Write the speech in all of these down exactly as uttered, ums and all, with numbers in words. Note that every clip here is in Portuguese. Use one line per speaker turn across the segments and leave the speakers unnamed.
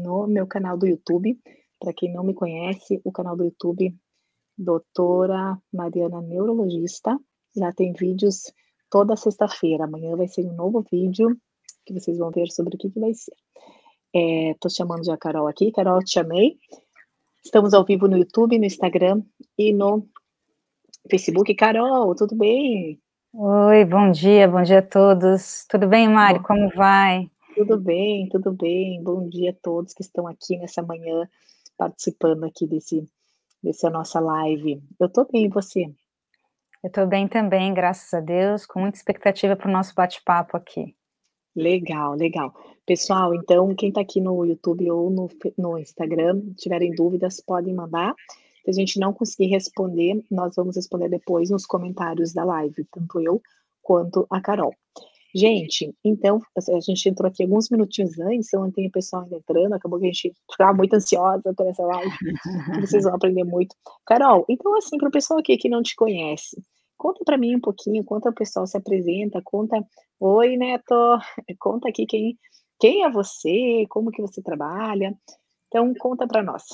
no meu canal do YouTube. Para quem não me conhece, o canal do YouTube, doutora Mariana Neurologista. Já tem vídeos toda sexta-feira. Amanhã vai ser um novo vídeo que vocês vão ver sobre o que, que vai ser. Estou é, chamando já a Carol aqui. Carol, te chamei. Estamos ao vivo no YouTube, no Instagram e no Facebook. Carol, tudo bem?
Oi, bom dia, bom dia a todos. Tudo bem, Mari? Bom, como vai?
Tudo bem, tudo bem. Bom dia a todos que estão aqui nessa manhã participando aqui desse, dessa nossa live. Eu tô bem, e você?
Eu tô bem também, graças a Deus, com muita expectativa para o nosso bate-papo aqui.
Legal, legal. Pessoal, então, quem tá aqui no YouTube ou no, no Instagram, tiverem dúvidas, podem mandar. Se a gente não conseguir responder, nós vamos responder depois nos comentários da live, tanto eu quanto a Carol. Gente, então, a gente entrou aqui alguns minutinhos antes, então tem o pessoal ainda entrando, acabou que a gente ficava muito ansiosa por essa live, que vocês vão aprender muito. Carol, então assim, para o pessoal aqui que não te conhece, conta para mim um pouquinho, conta o pessoal se apresenta, conta, oi Neto, conta aqui quem, quem é você, como que você trabalha, então conta para nós.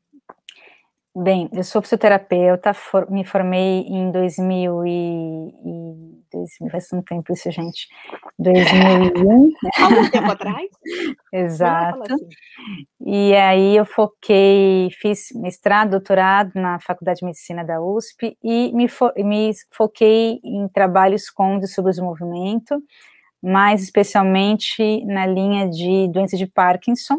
Bem, eu sou fisioterapeuta, for, me formei em dois mil e... dois mil, faz um tempo isso, gente. dois mil e um.
Há muito tempo atrás?
Exato. Assim. E aí eu foquei, fiz mestrado, doutorado na Faculdade de Medicina da U S P e me, fo, me foquei em trabalhos com distúrbios do movimento, mais especialmente na linha de doença de Parkinson.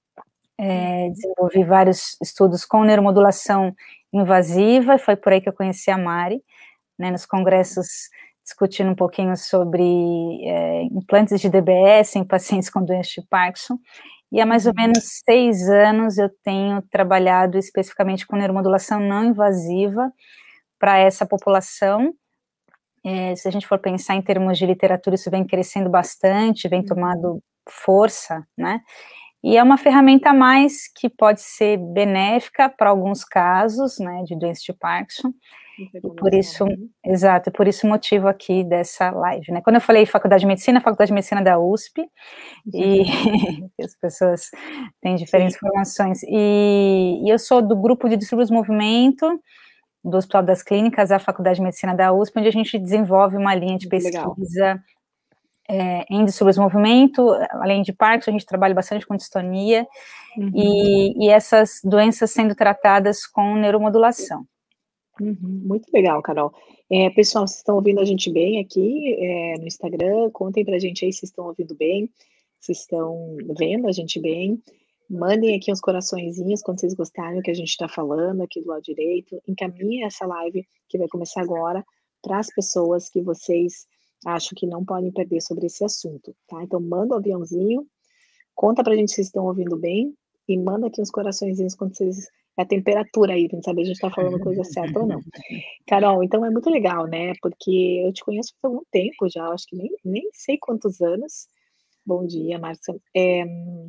É, desenvolvi vários estudos com neuromodulação invasiva, e foi por aí que eu conheci a Mari, né, nos congressos discutindo um pouquinho sobre é, implantes de D B S em pacientes com doença de Parkinson, e há mais ou menos seis anos eu tenho trabalhado especificamente com neuromodulação não invasiva para essa população. É, se a gente for pensar em termos de literatura, isso vem crescendo bastante, vem tomando força, né? E é uma ferramenta a mais que pode ser benéfica para alguns casos, né, de doença de Parkinson. E por isso, exato, por isso o motivo aqui dessa live, né? Quando eu falei Faculdade de Medicina, Faculdade de Medicina da U S P, e as pessoas têm diferentes Sim. formações, e, e eu sou do grupo de distúrbios do movimento, do Hospital das Clínicas, a Faculdade de Medicina da U S P, onde a gente desenvolve uma linha de pesquisa Legal. É, em distúrbios do movimento, além de Parkinson, a gente trabalha bastante com distonia, uhum. e, e essas doenças sendo tratadas com neuromodulação.
Uhum, muito legal, Carol. É, pessoal, vocês estão ouvindo a gente bem aqui é, no Instagram? Contem pra gente aí se estão ouvindo bem, se estão vendo a gente bem. Mandem aqui uns coraçõezinhos quando vocês gostarem do que a gente está falando aqui do lado direito. Encaminhem essa live que vai começar agora para as pessoas que vocês acham que não podem perder sobre esse assunto, tá? Então, manda o aviãozinho, conta pra gente se estão ouvindo bem e manda aqui uns coraçõezinhos quando vocês... a temperatura aí, pra gente saber se a gente tá falando coisa certa ou não. Carol, então é muito legal, né? Porque eu te conheço há algum tempo já, acho que nem, nem sei quantos anos. Bom dia, Márcia. É,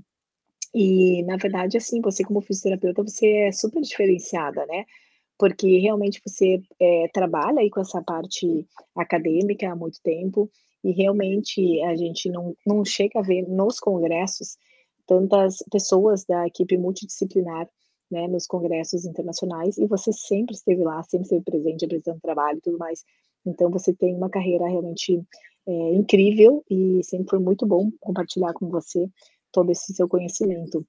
e, na verdade, assim, você como fisioterapeuta, você é super diferenciada, né? Porque realmente você é, trabalha aí com essa parte acadêmica há muito tempo e realmente a gente não, não chega a ver nos congressos tantas pessoas da equipe multidisciplinar, né, nos congressos internacionais, e você sempre esteve lá, sempre esteve presente, apresentando trabalho e tudo mais. Então você tem uma carreira realmente é, incrível e sempre foi muito bom compartilhar com você todo esse seu conhecimento.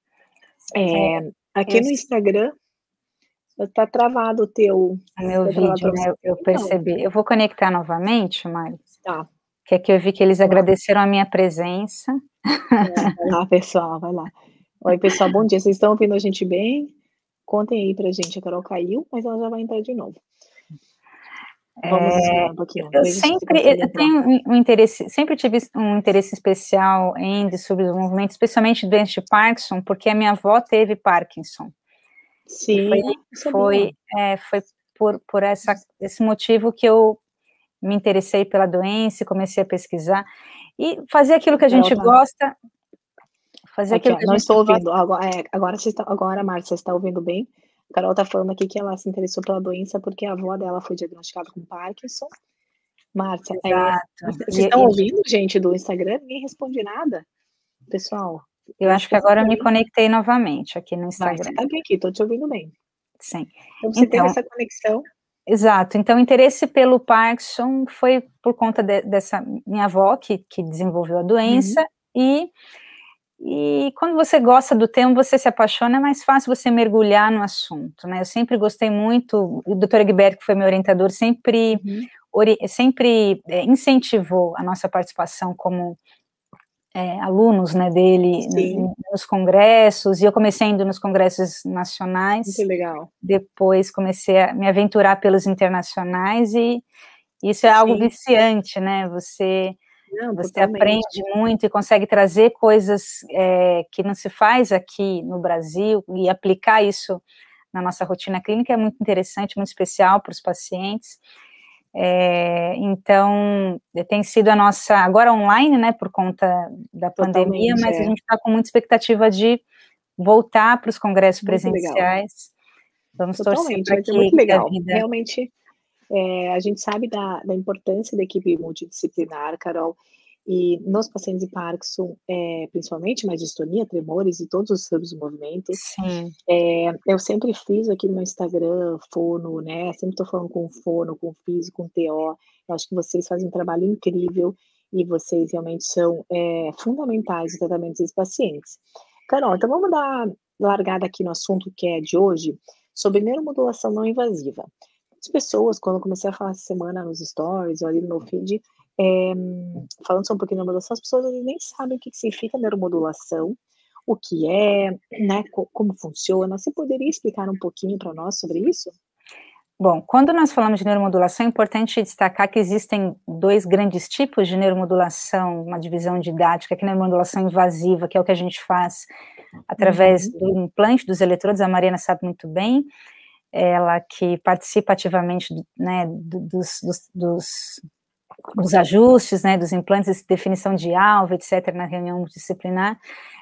É, aqui no Instagram tá travado o teu...
Meu
tá
vídeo, né, eu, eu percebi. Não. Eu vou conectar novamente, Mari.
Tá.
Que aqui eu vi que eles agradeceram a minha presença.
É, vai lá, pessoal, vai lá. Oi, pessoal, bom dia. Vocês estão ouvindo a gente bem? Contem aí pra gente. A Carol caiu, mas ela já vai entrar de novo. Vamos
é,
esperar um pouquinho.
Eu sempre eu tenho um interesse, sempre tive um interesse especial em distúrbios do movimento, especialmente doença de Parkinson, porque a minha avó teve Parkinson.
Sim,
foi foi, é, foi por, por essa, esse motivo que eu me interessei pela doença e comecei a pesquisar e fazer aquilo que a gente Carol, tá. gosta. Fazer
aqui,
aquilo
ó,
que a
não
gente
estou
gosta.
ouvindo. Agora, é, agora, você está, agora, Márcia, você está ouvindo bem? A Carol está falando aqui que ela se interessou pela doença porque a avó dela foi diagnosticada com Parkinson. Márcia, é, vocês estão e, ouvindo, e... gente, do Instagram? Ninguém responde nada. Pessoal,
Eu acho que agora eu me conectei novamente aqui no
Vai,
Instagram.
você tá bem aqui, tô te ouvindo bem.
Sim.
Então você teve
Então
essa conexão.
Exato. Então o interesse pelo Parkinson foi por conta de dessa minha avó que que desenvolveu a doença,
Uhum.
e e quando você gosta do tema, você se apaixona, é mais fácil você mergulhar no assunto, né. Eu sempre gostei muito, o doutor Egberto, que foi meu orientador, sempre
Uhum.
ori sempre, eh, incentivou a nossa participação como, eh, alunos, né, dele
Sim.
nos congressos, e eu comecei indo nos congressos nacionais,
Muito legal.
depois comecei a me aventurar pelos internacionais, e isso é algo
Sim.
viciante, né, você
Não,
você
totalmente.
aprende muito e consegue trazer coisas, eh, que não se faz aqui no Brasil, e aplicar isso na nossa rotina clínica é muito interessante, muito especial para os pacientes. Eh, então, tem sido a nossa agora online, né, por conta da pandemia,
Totalmente,
mas a
é.
gente tá com muita expectativa de voltar para os congressos
Muito legal.
presenciais. Vamos torcer
Totalmente,
para
vai ser
que
muito
que a
legal.
vida
Realmente, eh, a gente sabe da da importância da equipe multidisciplinar, Carol, e nos pacientes de Parkinson, eh, principalmente, mas distonia, tremores e todos os submovimentos,
Sim.
eh, eu sempre friso aqui no meu Instagram, fono, né, sempre tô falando com fono, com fisio, com TO, eu acho que vocês fazem um trabalho incrível, e vocês realmente são, eh, fundamentais no tratamento desses pacientes. Carol, então vamos dar largada aqui no assunto que é de hoje, sobre neuromodulação não invasiva. As pessoas, quando eu comecei a falar essa semana nos stories ou ali no meu feed, eh, falando só um pouquinho da neuromodulação, as pessoas às vezes nem sabem o que que significa neuromodulação, o que é, né, co como funciona. Você poderia explicar um pouquinho para nós sobre isso?
Bom, quando nós falamos de neuromodulação, é importante destacar que existem dois grandes tipos de neuromodulação, uma divisão didática, que é a neuromodulação invasiva, que é o que a gente faz através
Uhum.
do implante dos eletrodos, a Mariana sabe muito bem, ela que participa ativamente do né, do dos dos dos dos ajustes, né, dos implantes, definição de alvo, etcétera, na reunião multidisciplinar,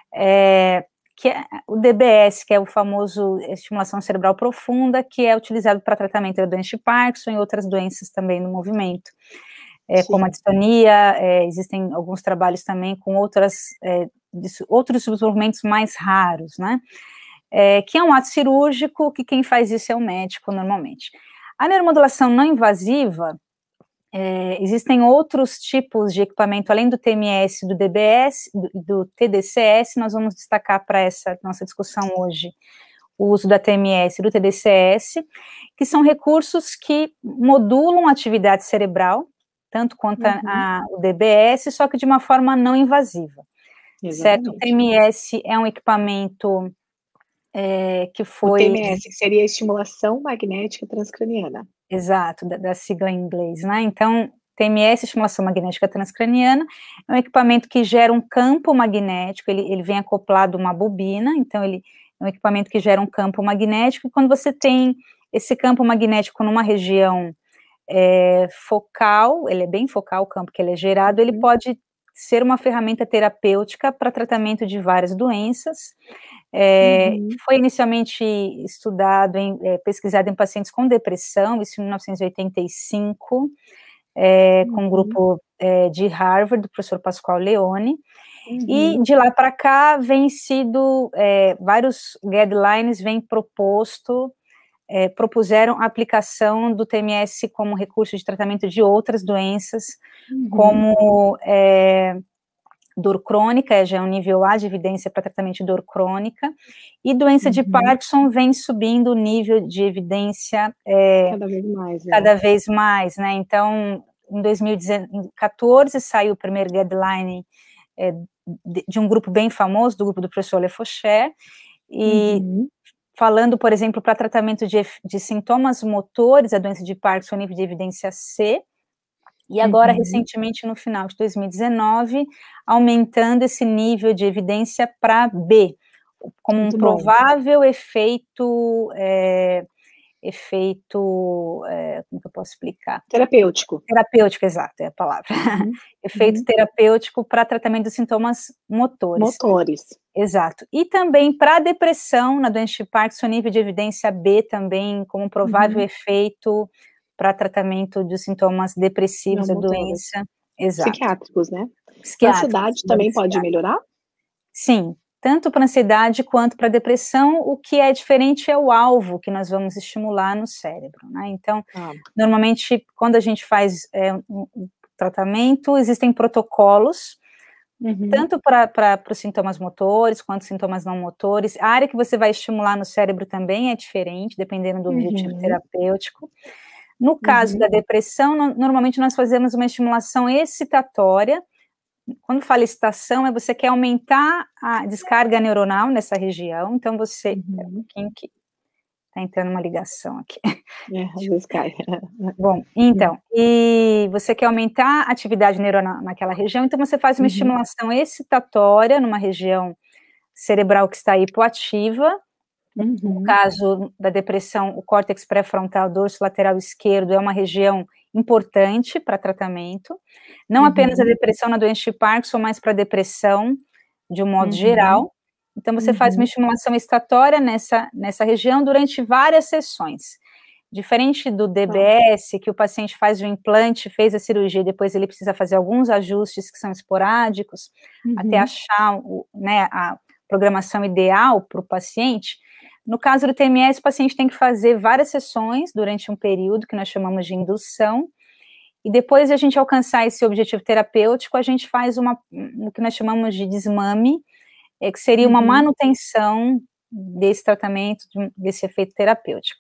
eh, que é o D B S, que é o famoso estimulação cerebral profunda, que é utilizado para tratamento da doença de Parkinson e outras doenças também no movimento, eh, como a
Sim.
distonia, eh, existem alguns trabalhos também com outras, eh, dis outros submovimentos mais raros, né, eh, que é um ato cirúrgico, que quem faz isso é o médico, normalmente. A neuromodulação não invasiva, eh, existem outros tipos de equipamento, além do T M S, do D B S, do do T D C S, nós vamos destacar para essa nossa discussão hoje, o uso da T M S e do T D C S, que são recursos que modulam a atividade cerebral, tanto quanto a
Uhum.
a o D B S, só que de uma forma não invasiva, certo? O T
Exatamente.
M S é um equipamento, eh, que
O
foi
TMS, que seria a estimulação magnética transcraniana.
Exato, da da sigla em inglês, né, então, T M S, estimulação magnética transcraniana, é um equipamento que gera um campo magnético, ele ele vem acoplado a uma bobina, então ele é um equipamento que gera um campo magnético, e quando você tem esse campo magnético numa região, eh, focal, ele é bem focal o campo que ele é gerado, ele
Uhum.
pode ser uma ferramenta terapêutica para tratamento de várias doenças, eh,
Uhum.
foi inicialmente estudado em eh, pesquisado em pacientes com depressão, isso em mil novecentos e oitenta e cinco, eh, com um
Uhum.
grupo, eh, de Harvard, do professor Pasquale Leone, e
Uhum.
de lá para cá vem sido, eh, vários guidelines vêm proposto, eh, propuseram a aplicação do T M S como recurso de tratamento de outras doenças,
Uhum.
como, eh, dor crônica, já é um nível A de evidência para tratamento de dor crônica, e doença de
Uhum.
Parkinson vem subindo o nível de evidência, eh,
Cada vez mais, né.
cada vez mais, né, então, em dois mil e dezen em quatorze saiu o primeiro guideline, eh, de de um grupo bem famoso, do grupo do professor Lefaucheux, e
Uhum.
falando, por exemplo, para tratamento de ef de sintomas motores, a doença de Parkinson, nível de evidência C, e agora
Uhum.
recentemente no final de dois mil e dezenove, aumentando esse nível de evidência para B, como um
Muito bom.
provável efeito, eh, efeito, eh, como que eu posso explicar?
Terapêutico.
Terapêutico, exato, é a palavra.
Uhum.
Efeito
Uhum.
terapêutico para tratamento dos sintomas motores.
Motores.
Exato. E também para depressão, na doença de Parkinson, nível de evidência B também, como um provável
Uhum.
efeito para tratamento dos sintomas depressivos
Não
da
motores.
doença. Exato.
Psiquiátricos, né.
Psiquiátricos,
Ansiedade
também
também pode
psiquiátricos.
melhorar?
Sim, tanto para ansiedade quanto para depressão. O que é diferente é o alvo que nós vamos estimular no cérebro, né? Então, ah. normalmente, quando a gente faz é, um, um tratamento, existem protocolos, uhum. tanto para os sintomas motores, quanto sintomas não motores. A área que você vai estimular no cérebro também é diferente, dependendo do objetivo uhum. terapêutico. No caso uhum. da depressão, no, normalmente nós fazemos uma estimulação excitatória. Quando fala excitação, é você quer aumentar a descarga neuronal nessa região, então você... Uhum. É um pouquinho que está entrando uma ligação aqui.
É, às vezes cai.
Bom, então, e você quer aumentar a atividade neuronal naquela região, então você faz uma uhum. estimulação excitatória numa região cerebral que está hipoativa. Uhum. No caso da depressão, o córtex pré-frontal dorso lateral esquerdo é uma região importante para tratamento, não uhum. apenas a depressão na doença de Parkinson, mas para a depressão de um modo uhum. geral. Então, você uhum. faz uma estimulação excitatória nessa, nessa região durante várias sessões. Diferente do D B S, que o paciente faz o implante, fez a cirurgia e depois ele precisa fazer alguns ajustes que são esporádicos, uhum. até achar o, né, a programação ideal para o paciente. No caso do T M S, o paciente tem que fazer várias sessões durante um período que nós chamamos de indução, e depois de a gente alcançar esse objetivo terapêutico, a gente faz uma, o que nós chamamos de desmame, é, que seria uma uhum. manutenção desse tratamento, desse efeito terapêutico.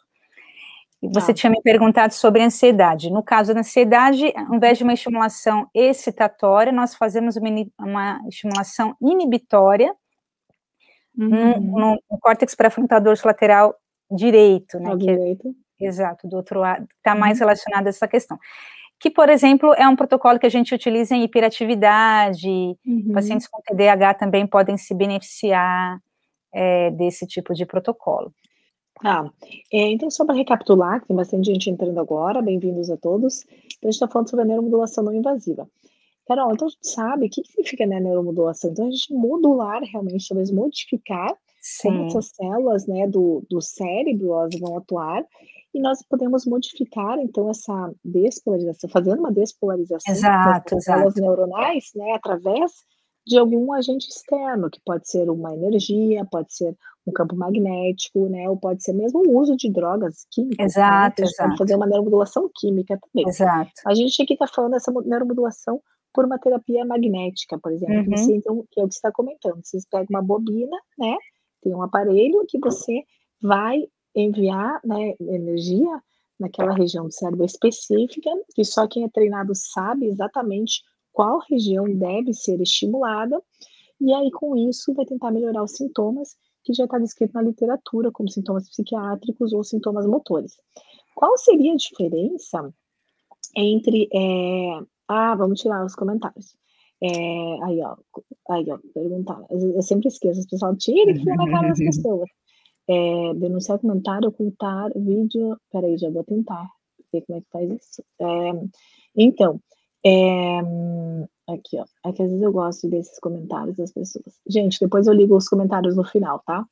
E você ah. tinha me perguntado sobre ansiedade. No caso da ansiedade, ao invés de uma estimulação excitatória, nós fazemos uma, uma estimulação inibitória, Uhum. No, no, no córtex pré-frontal dorso lateral direito, né? Que
direito.
É, exato, do outro lado, está uhum. mais relacionado a essa questão. Que, por exemplo, é um protocolo que a gente utiliza em hiperatividade, uhum. pacientes com T D A H também podem se beneficiar é, desse tipo de protocolo.
Ah, é, então só para recapitular, que tem bastante gente entrando agora, bem-vindos a todos. Então a gente está falando sobre a neuromodulação não invasiva. Carol, então a gente sabe o que significa, né, neuromodulação. Então a gente modular realmente, talvez modificar Sim. como essas células, né, do, do cérebro, elas vão atuar, e nós podemos modificar, então, essa despolarização, fazendo uma despolarização
exato,
das células
exato.
neuronais, né, através de algum agente externo, que pode ser uma energia, pode ser um campo magnético, né, ou pode ser mesmo o uso de drogas químicas.
Exato,
né, a gente
exato.
pode fazer uma neuromodulação química também.
Exato.
A gente aqui está falando dessa neuromodulação por uma terapia magnética, por exemplo. Uhum. Você, então, que é o que você está comentando. Você pega uma bobina, né? Tem um aparelho que você vai enviar, né, energia naquela região do cérebro específica, que só quem é treinado sabe exatamente qual região deve ser estimulada, e aí com isso vai tentar melhorar os sintomas que já está descrito na literatura, como sintomas psiquiátricos ou sintomas motores. Qual seria a diferença entre... É... Ah, vamos tirar os comentários. É... Aí, ó, aí, ó, perguntar. Eu sempre esqueço, as pessoas tiram e fica na cara das pessoas. É, denunciar comentário, ocultar vídeo. Peraí, já vou tentar ver como é que faz isso. É, então, é, aqui, ó. É que às vezes eu gosto desses comentários das pessoas. Gente, depois eu ligo os comentários no final, tá?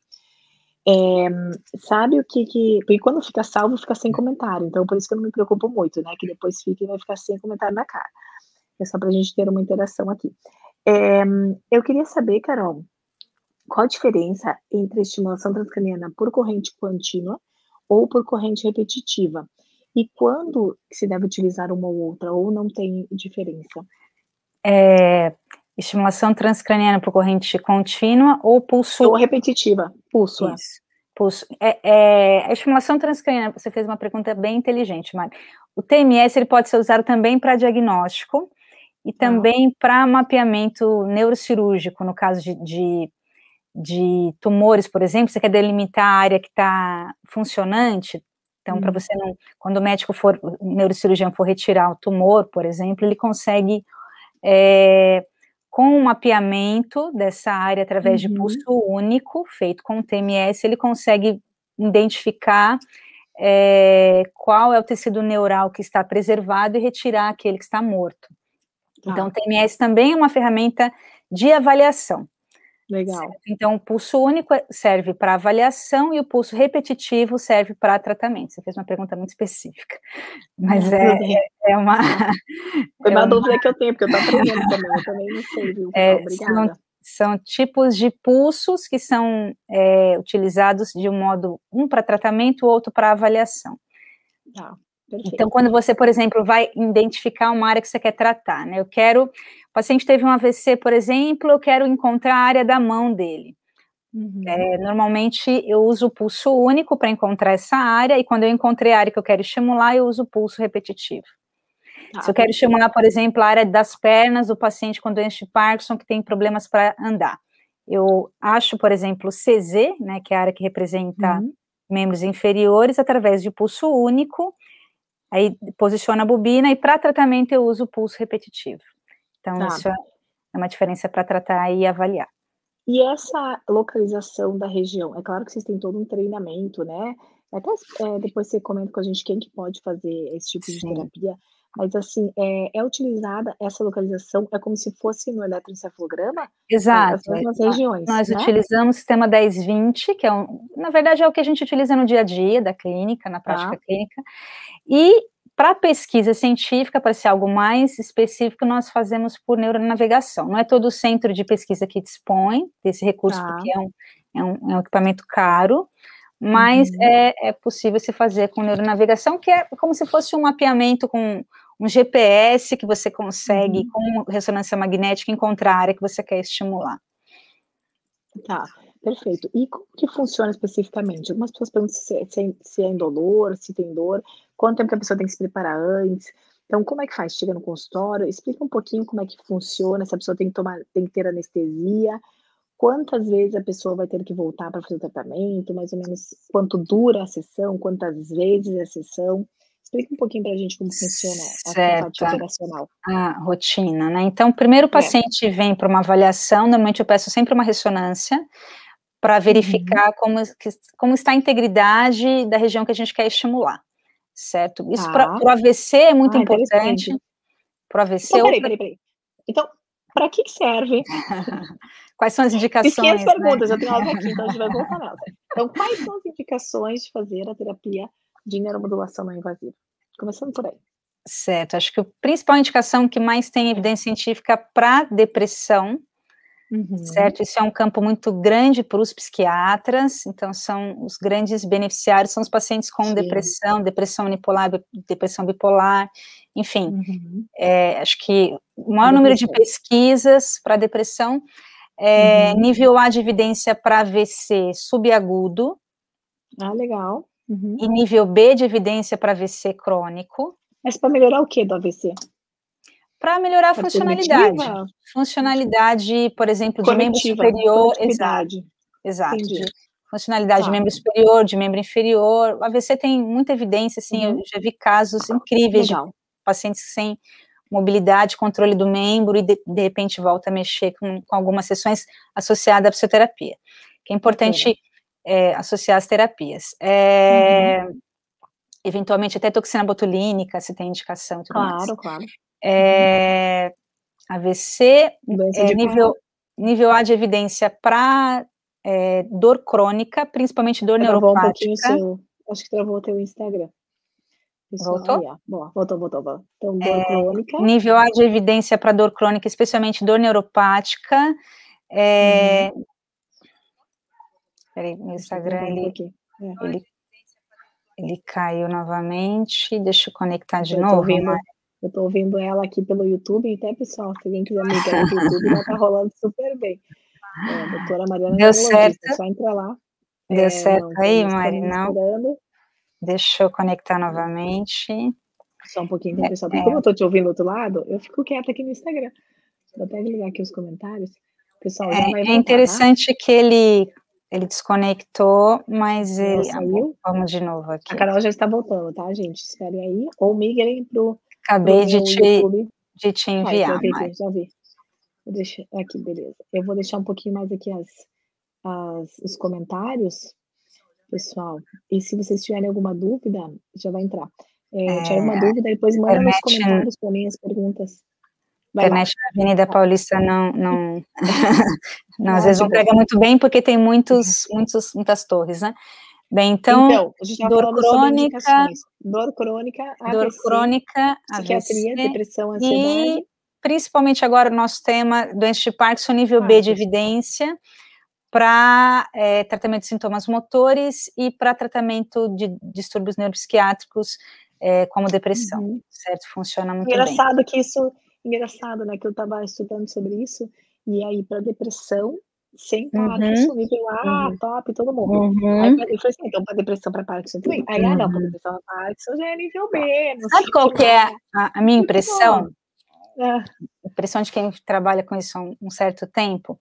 É, sabe o que que... Porque quando fica salvo, fica sem comentário. Então, por isso que eu não me preocupo muito, né? Que depois fica e vai ficar sem comentário na cara. É só pra gente ter uma interação aqui. É, eu queria saber, Carol, qual a diferença entre a estimulação transcraniana por corrente contínua ou por corrente repetitiva? E quando se deve utilizar uma ou outra, ou não tem diferença?
É, estimulação transcraniana por corrente contínua ou pulso...
Ou repetitiva, pulso.
Isso, pulso. É, é, a estimulação transcraniana, você fez uma pergunta bem inteligente, Mari. O T M S ele pode ser usado também para diagnóstico e também ah. para mapeamento neurocirúrgico, no caso de... de de tumores, por exemplo, você quer delimitar a área que está funcionante, então, hum. para você não, quando o médico for, o neurocirurgião for retirar o tumor, por exemplo, ele consegue, é, com o um mapeamento dessa área através uhum. de pulso único, feito com o T M S, ele consegue identificar é, qual é o tecido neural que está preservado e retirar aquele que está morto. Ah. Então, o T M S também é uma ferramenta de avaliação.
Legal.
Certo? Então, o pulso único serve para avaliação e o pulso repetitivo serve para tratamento. Você fez uma pergunta muito específica, mas é, é, é uma...
Foi uma é dúvida uma... que eu tenho, porque eu estou aprendendo também, eu também não sei, viu?
É,
Obrigada.
São, São tipos de pulsos que são é, utilizados de um modo, um para tratamento, o outro para avaliação.
Tá, perfeito.
Então, quando você, por exemplo, vai identificar uma área que você quer tratar, né? Eu quero, o paciente teve um A V C, por exemplo, eu quero encontrar a área da mão dele.
Uhum.
É, normalmente, eu uso o pulso único para encontrar essa área, e quando eu encontrei a área que eu quero estimular, eu uso o pulso repetitivo.
Tá,
Se eu quero
perfeito.
estimular, por exemplo, a área das pernas do paciente com doença de Parkinson, que tem problemas para andar, eu acho, por exemplo, o C Z, né, que é a área que representa
Uhum.
membros inferiores, através de pulso único, aí posiciona a bobina, e para tratamento eu uso o pulso repetitivo. Então,
Tá.
isso é uma diferença para tratar e avaliar.
E essa localização da região, é claro que vocês têm todo um treinamento, né, até é, depois você comenta com a gente quem que pode fazer esse tipo de
Sim.
terapia, mas assim, é é utilizada essa localização, é como se fosse no eletroencefalograma?
Exato,
As mesmas regiões,
nós
né?
utilizamos o sistema dez vinte, que é um, na verdade é o que a gente utiliza no dia a dia da clínica, na prática
Tá.
clínica, e para pesquisa científica, para ser algo mais específico, nós fazemos por neuronavegação. Não é todo centro de pesquisa que dispõe desse recurso,
Tá.
porque é um, é um, é um equipamento caro, mas
Uhum.
é, é possível se fazer com neuronavegação, que é como se fosse um mapeamento com um G P S que você consegue,
Uhum.
com ressonância magnética, encontrar a área que você quer estimular.
Tá, perfeito. E como que funciona especificamente? Algumas pessoas perguntam se é se é se é indolor, se tem dor, quanto tempo que a pessoa tem que se preparar antes. Então, como é que faz? Chega no consultório, explica um pouquinho como é que funciona, se a pessoa tem que tomar tem que ter anestesia, quantas vezes a pessoa vai ter que voltar para fazer o tratamento, mais ou menos quanto dura a sessão, quantas vezes é a sessão. Explica um pouquinho para a gente como funciona essa parte
Certo,
operacional.
a rotina, né. Então, primeiro o
É.
paciente vem para uma avaliação, normalmente eu peço sempre uma ressonância, para
Uhum.
verificar como que como está a integridade da região que a gente quer estimular, certo. Isso pra
Tá.
para o A V C é muito
Ah,
importante,
interessante.
para o
Então,
A V C ou
espera aí,
pra
espera aí, espera aí. Então, para que que serve
Quais são as
Fiz quinhentas
indicações, né.
perguntas, eu tenho elas aqui, então a gente vai voltar nelas. Então, quais são as indicações de fazer a terapia de neuromodulação não invasiva? Começando por aí.
Certo, acho que a principal indicação que mais tem evidência científica para depressão,
Uhum.
certo, isso é um campo muito grande para os psiquiatras, então são os grandes beneficiários, são os pacientes com
Sim.
depressão, depressão unipolar, depressão bipolar, enfim,
Uhum.
eh, acho que o
A
maior número de
depressão.
pesquisas para depressão, eh,
Uhum.
nível A de evidência para A V C subagudo
Ah, legal. Uhum.
e nível B de evidência para A V C crônico.
Mas para melhorar o quê do A V C?
Para melhorar a
Parte
funcionalidade,
cognitiva?
funcionalidade, por exemplo, de membro
Conectiva,
superior, exato,
conectividade.
exato,
Entendi.
de funcionalidade de
Tá.
membro superior, de membro inferior, o A V C tem muita evidência, assim, eu
Uhum.
já vi casos incríveis de
Legal.
pacientes sem mobilidade, controle do membro e de de repente volta a mexer com com algumas sessões associada à fisioterapia, que é
Bacana.
importante, eh, associar as terapias.
Uhum.
Eh, eventualmente até toxina botulínica, se tem indicação e tudo mais.
Claro, claro. Uhum.
Eh, A V C,
Doença
eh,
de
nível
Parra
nível A de evidência para, eh, dor crônica, principalmente dor
Travou um pouquinho o
neuropática.
seu acho que travou o teu Instagram. Pessoal,
Voltou?
aí ó, boa, voltou, voltou, voltou. Então,
Eh,
dor crônica.
nível A de evidência para dor crônica, especialmente dor neuropática,
Uhum.
eh Espera aí, meu
Acho que
Instagram
travou um
ele
pouquinho. É.
ele ele caiu novamente, deixa eu conectar de
Eu tô
novo, Mari.
ouvindo eu tô ouvindo ela aqui pelo YouTube, até pessoal, se alguém quiser migrar para o YouTube, ela tá rolando super bem. É, doutora Mariana
Deu certo?
Neurologista, só entra lá.
Deu
É,
certo
não,
aí,
estamos
Mari,
estamos
não?
esperando.
Deixa eu conectar novamente.
Só um pouquinho que o pessoal
É,
porque como
é.
eu tô te ouvindo do outro lado, eu fico quieta aqui no Instagram. Vou até desligar aqui os comentários. O pessoal já vai
É, é
voltar, tá?
interessante que ele ele desconectou, mas
Ela
ele ah, bom,
saiu.
vamos de novo
A
aqui.
Carol já está voltando, tá, gente? Esperem aí, ou migrem para o para o
Acabei de
meu
te
YouTube.
de te
Ah, eu
enviar,
vi
Mari.
aqui, já vi. Vou deixar aqui, beleza. Eu vou deixar um pouquinho mais aqui as as os comentários, pessoal, e se vocês tiverem alguma dúvida, já vai entrar.
É,
Eh, tiver
a
alguma dúvida, depois manda nos
internet
comentários para mim as perguntas. Vai lá.
internet na Avenida
Fala.
Paulista não não não, às
Ah,
vezes
que
não
bom.
pega muito bem, porque tem
Uhum.
muitos muitos muitas torres, né. Bem, então,
Então, a gente estava
dor
falando sobre
crônica
indicações. Dor crônica,
dor
A V C,
crônica,
psiquiatria,
A V C
depressão,
e
ansiedade.
principalmente agora o nosso tema, doença de Parkinson, nível B de evidência, para é, tratamento de sintomas motores e para tratamento de distúrbios neuropsiquiátricos, é, como depressão, uhum. certo? Funciona muito
engraçado
bem.
Que isso, engraçado, né, que eu estava estudando sobre isso, e aí para depressão, sem Parkinson, uhum. nível A, uhum. top, todo mundo. Uhum. Aí eu falei assim, então para depressão para Parkinson também? Aí, uhum. ah, não, para depressão para Parkinson já é nível B, não
Sabe
sei
qual que é a, a minha
Muito
impressão?
É.
Impressão de quem trabalha com isso há um, um certo tempo.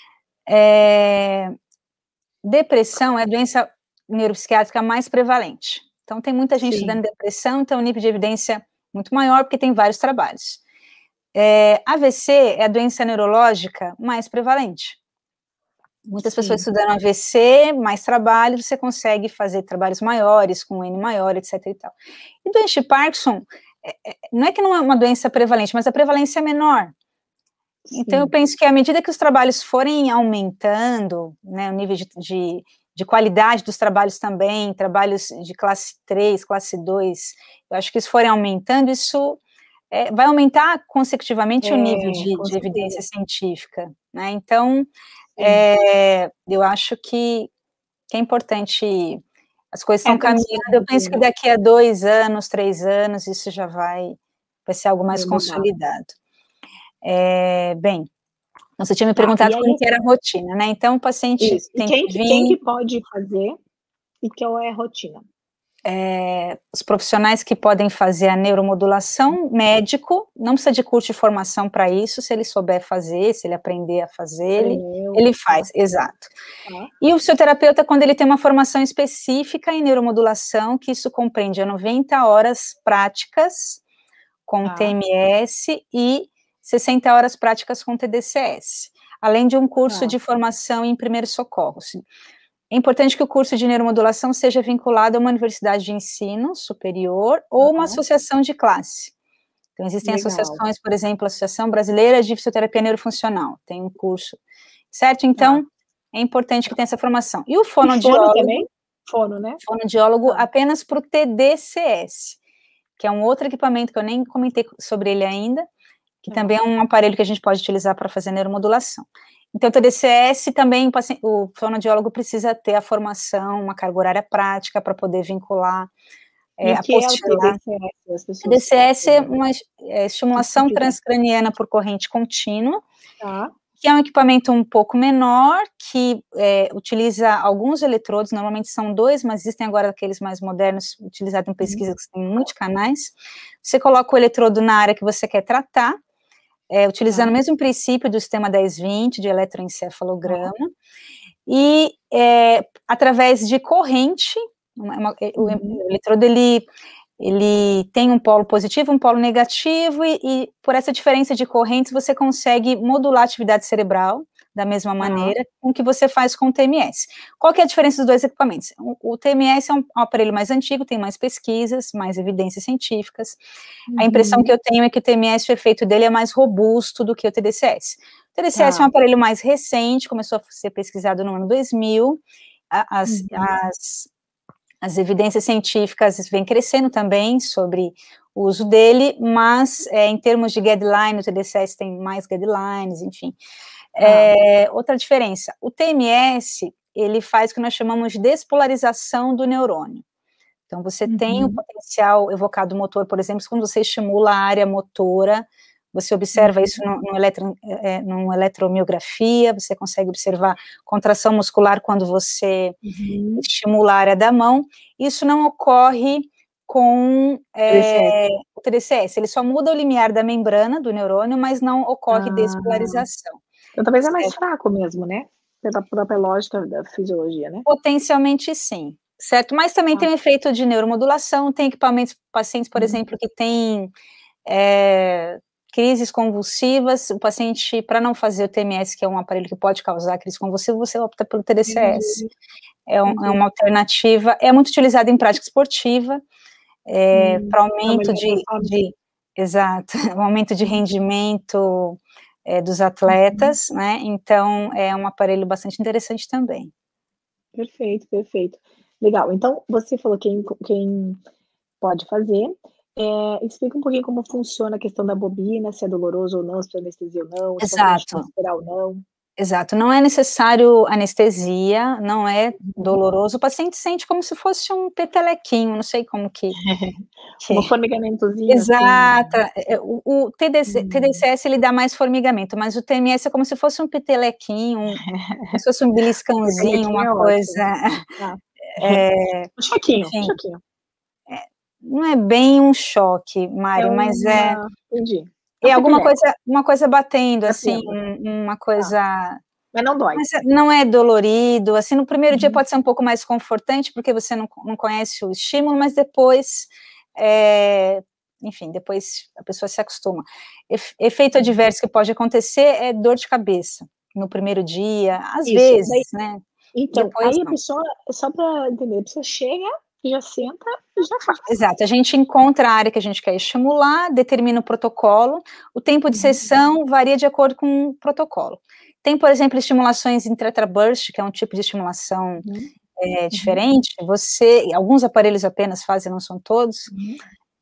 É, depressão é a doença neuropsiquiátrica mais prevalente. Então, tem muita gente Sim. estudando depressão, então o nível de evidência muito maior, porque tem vários trabalhos. É, A V C é a doença neurológica mais prevalente. Muitas Sim. pessoas estudando A V C, mais trabalho, você consegue fazer trabalhos maiores, com N maior, etc e tal. E doença de Parkinson, é, é, não é que não é uma doença prevalente, mas a prevalência é menor. Sim. Então, eu penso que à medida que os trabalhos forem aumentando, né, o nível de, de, de qualidade dos trabalhos também, trabalhos de classe três, classe dois, eu acho que isso forem aumentando, isso é, vai aumentar consecutivamente é, o nível de, de evidência científica, né? Então, é, eu acho que, que é importante, as coisas estão é, caminhando, eu penso que daqui a dois anos, três anos, isso já vai, vai ser algo mais Bem consolidado. É, bem, você tinha me perguntado ah, como que era a rotina, né? Então, o paciente
isso.
tem
e quem,
que vir...
Quem que pode fazer e qual é a rotina?
É, os profissionais que podem fazer a neuromodulação, médico, não precisa de curso de formação para isso, se ele souber fazer, se ele aprender a fazer, ele, ele faz, tá. exato. Tá. E o fisioterapeuta, quando ele tem uma formação específica em neuromodulação, que isso compreende noventa horas práticas com tá. T M S e sessenta horas práticas com T D C S, além de um curso tá. de formação em primeiros socorros. É importante que o curso de neuromodulação seja vinculado a uma universidade de ensino superior ou uma associação de classe. Então, existem Legal. associações, por exemplo, a Associação Brasileira de Fisioterapia Neurofuncional, tem um curso, certo? Então, tá. é importante que tenha essa formação. E o fonoaudiólogo...
E fono também? Fono, né?
Fonoaudiólogo tá. apenas para o T D C S, que é um outro equipamento que eu nem comentei sobre ele ainda, que tá. também é um aparelho que a gente pode utilizar para fazer neuromodulação. Então, o T D C S também, o fonoaudiólogo precisa ter a formação, uma carga horária prática para poder vincular, é, apostilar. É o T D C S é uma é, estimulação transcraniana por corrente contínua, tá. que é um equipamento um pouco menor, que é, utiliza alguns eletrodos, normalmente são dois, mas existem agora aqueles mais modernos, utilizados em pesquisa, que tem muitos canais. Você coloca o eletrodo na área que você quer tratar, É, utilizando ah. o mesmo princípio do sistema dez vinte, de eletroencefalograma, ah. e é, através de corrente, uma, uma, uhum. o, o eletrodo, ele, ele tem um polo positivo, um polo negativo, e, e por essa diferença de correntes, você consegue modular a atividade cerebral, da mesma maneira, ah. com o que você faz com o T M S. Qual que é a diferença dos dois equipamentos? O, o T M S é um, um aparelho mais antigo, tem mais pesquisas, mais evidências científicas. Uhum. A impressão que eu tenho é que o T M S, o efeito dele é mais robusto do que o T D C S. O T D C S ah. é um aparelho mais recente, começou a ser pesquisado no ano dois mil, as, uhum. as, as evidências científicas vêm crescendo também sobre o uso dele, mas é, em termos de guideline, o T D C S tem mais guidelines, enfim. É, outra diferença, o T M S, ele faz o que nós chamamos de despolarização do neurônio. Então, você uhum. tem o potencial evocado motor, por exemplo, quando você estimula a área motora, você observa uhum. isso no, no eletro, é, numa eletromiografia, você consegue observar contração muscular quando você uhum. estimula a área da mão. Isso não ocorre com é, o T D C S, ele só muda o limiar da membrana do neurônio, mas não ocorre ah. despolarização.
Então, talvez é mais fraco mesmo, né? Pela própria lógica da fisiologia, né?
Potencialmente, sim. Certo? Mas também ah. tem um efeito de neuromodulação, tem equipamentos, pacientes, por uhum. exemplo, que têm é, crises convulsivas, o paciente, para não fazer o T M S, que é um aparelho que pode causar crise convulsiva, você opta pelo T D C S. Uhum. É, um, é uma alternativa, é muito utilizado em prática esportiva, é, uhum. para aumento de, de... Exato, um aumento de rendimento... É, dos atletas, uhum. né, então é um aparelho bastante interessante também.
Perfeito, perfeito. Legal, então você falou quem, quem pode fazer, É, explica um pouquinho como funciona a questão da bobina, se é doloroso ou não, se precisa anestesia ou não, se o paciente pode
Exato.
esperar ou não.
Exato, não é necessário anestesia, não é
Uhum.
doloroso, o paciente sente como se fosse um petelequinho, não sei como que que
Como formigamentozinho, assim.
exato, eh, o o TDC
Hum.
TDCS ele dá mais formigamento, mas o TMS é como se fosse um petelequinho, um como se fosse um beliscãozinho,
Petelequinho
uma
é
coisa,
ótimo. Tá.
eh,
Um choquinho, um
enfim,
choquinho.
eh, não é bem um choque,
É
Mari, mas é
uma entendi. É
é
um
alguma
peteleco.
coisa uma coisa batendo, assim,
Batendo.
um uma
Tá.
coisa
Mas não dói.
mas não é dolorido, assim, no primeiro dia
Uhum.
pode ser um pouco mais confortante, porque você não não conhece o estímulo, mas depois, eh, enfim, depois a pessoa se acostuma. Efe efeito
Uhum.
adverso que pode acontecer é dor de cabeça, no primeiro dia, às
Isso, daí
vezes, né,
então,
depois
aí a
não.
pessoa só pra entender, a pessoa chega, já senta e já faz.
Exato, a gente encontra a área que a gente quer estimular, determina o protocolo, o tempo de
Uhum.
sessão varia de acordo com o protocolo. Tem, por exemplo, estimulações em tetraburst, que é um tipo de estimulação,
Uhum.
eh,
Uhum.
diferente, você alguns aparelhos apenas fazem, não são todos,
Uhum.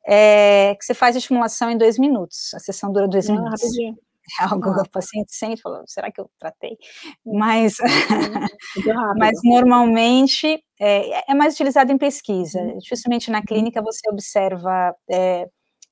eh, que você faz a estimulação em dois minutos, a sessão dura dois
Ah,
minutos.
rapidinho.
É algo
Ah,
o
tá.
paciente sente e fala: "Será que eu tratei?".
Hum.
Mas
Uhum. Muito
mas
rápido.
normalmente, eh, é mais utilizado em pesquisa,
Uhum.
dificilmente na
Uhum.
clínica você observa, eh,